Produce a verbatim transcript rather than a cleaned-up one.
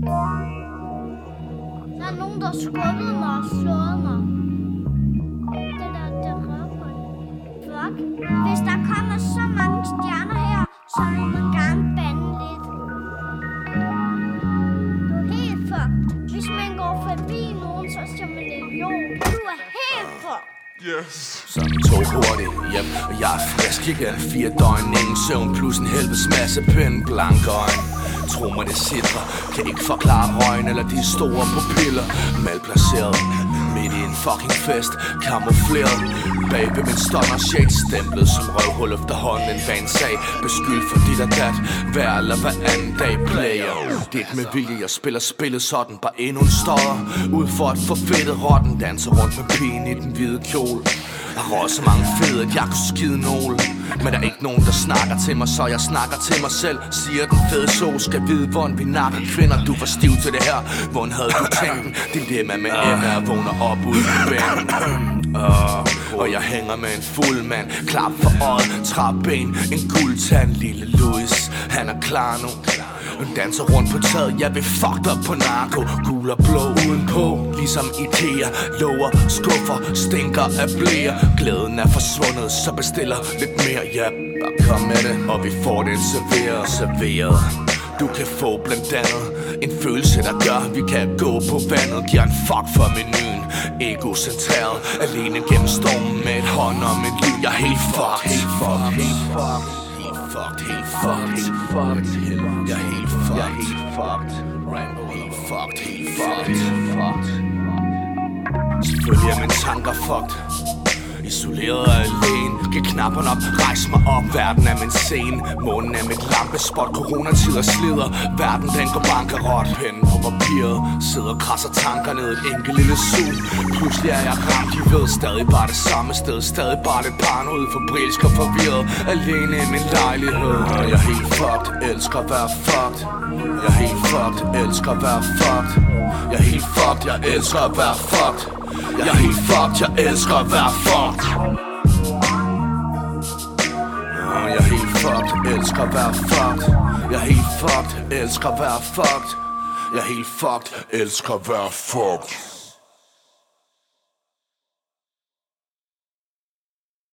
Der er nogen, der skubbede mig og slået mig. Det der, det røver. Fuck. Hvis der kommer så mange stjerner her, så må man gerne bande lidt. Du er helt fucked. Hvis man går forbi nogen, så siger man det jo. Du er helt fucked. Yes. Sådan to hurtigt hjem, og jeg er frisk igen. Fire døgn, ingen søvn, plus en helvedes masse pind, blanke øjne. Tro mig, det sidder. Kan ikke forklare røgen eller de store pupiller. Malplaceret midt i en fucking fest, kamufleret bag ved min stunner shade, stemplet som røvhul efterhånden en van sag. Beskyldt for dit og dat, hver eller hver anden dag player. Det er ikke med vilje, jeg spiller spillet sådan, bare endnu en stodder. Ud for at få fedtet rotten, danser rundt med pigen i den hvide kjole. Jeg har røget så mange fede, at jeg kunne skide nåle. Men der er ikke nogen, der snakker til mig, så jeg snakker til mig selv. Siger den fede so, skal vide, hvordan vi nakker kvinder. Du var stiv til det her, hvordan havde du tænkt den? Dilemma med Emma, jeg vågner op ude på bænken. uh, Og jeg hænger med en fuld mand, klap for øjet, træben, en guldtand, lille Louis. Han er klar nu. Danser rundt på taget, jeg vil fucked up på narko. Gul og blå udenpå, ligesom Ikea. Lover, skuffer, stinker af blære. Glæden er forsvundet, så bestiller lidt mere. Ja, bare kom med det, og vi får det serveret, serveret. Du kan få blandt andet en følelse, der gør, vi kan gå på vandet. Giver en fuck for menuen, egocentreret, alene gennem stormen med et hånd om et liv. Jeg er helt fucked, helt fucked, helt fucked. Fucked, helt fucked, helt fucked, jeg er helt fucked, jeg er helt fucked, Rambo, helt fucked, helt fucked, fucked. Selvfølgelig er mine tanker fucked. Isoleret og alene, giv knapperne op, rejs mig op. Verden er min scene, månen er mit lampespot. Coronatider slider, verden den går bankerot. Pennen på papiret, sidder og krasser tanker ned et enkelt lille zoom. Pludselig er jeg ramt, de ved stadig bare det samme sted. Stadig bare lidt paranoid, febrilsk og forvirret. Alene i min lejlighed. Jeg er helt fucked, elsker at være fucked. Jeg er helt fucked, elsker at være fucked. Jeg er helt fucked, jeg elsker at være fucked. Jeg er helt fucked, jeg elsker at være fucked. Jeg er helt fucked, elsker at være fucked. Jeg er helt fucked, elsker at være fucked. Jeg er helt fucked, elsker at være fucked.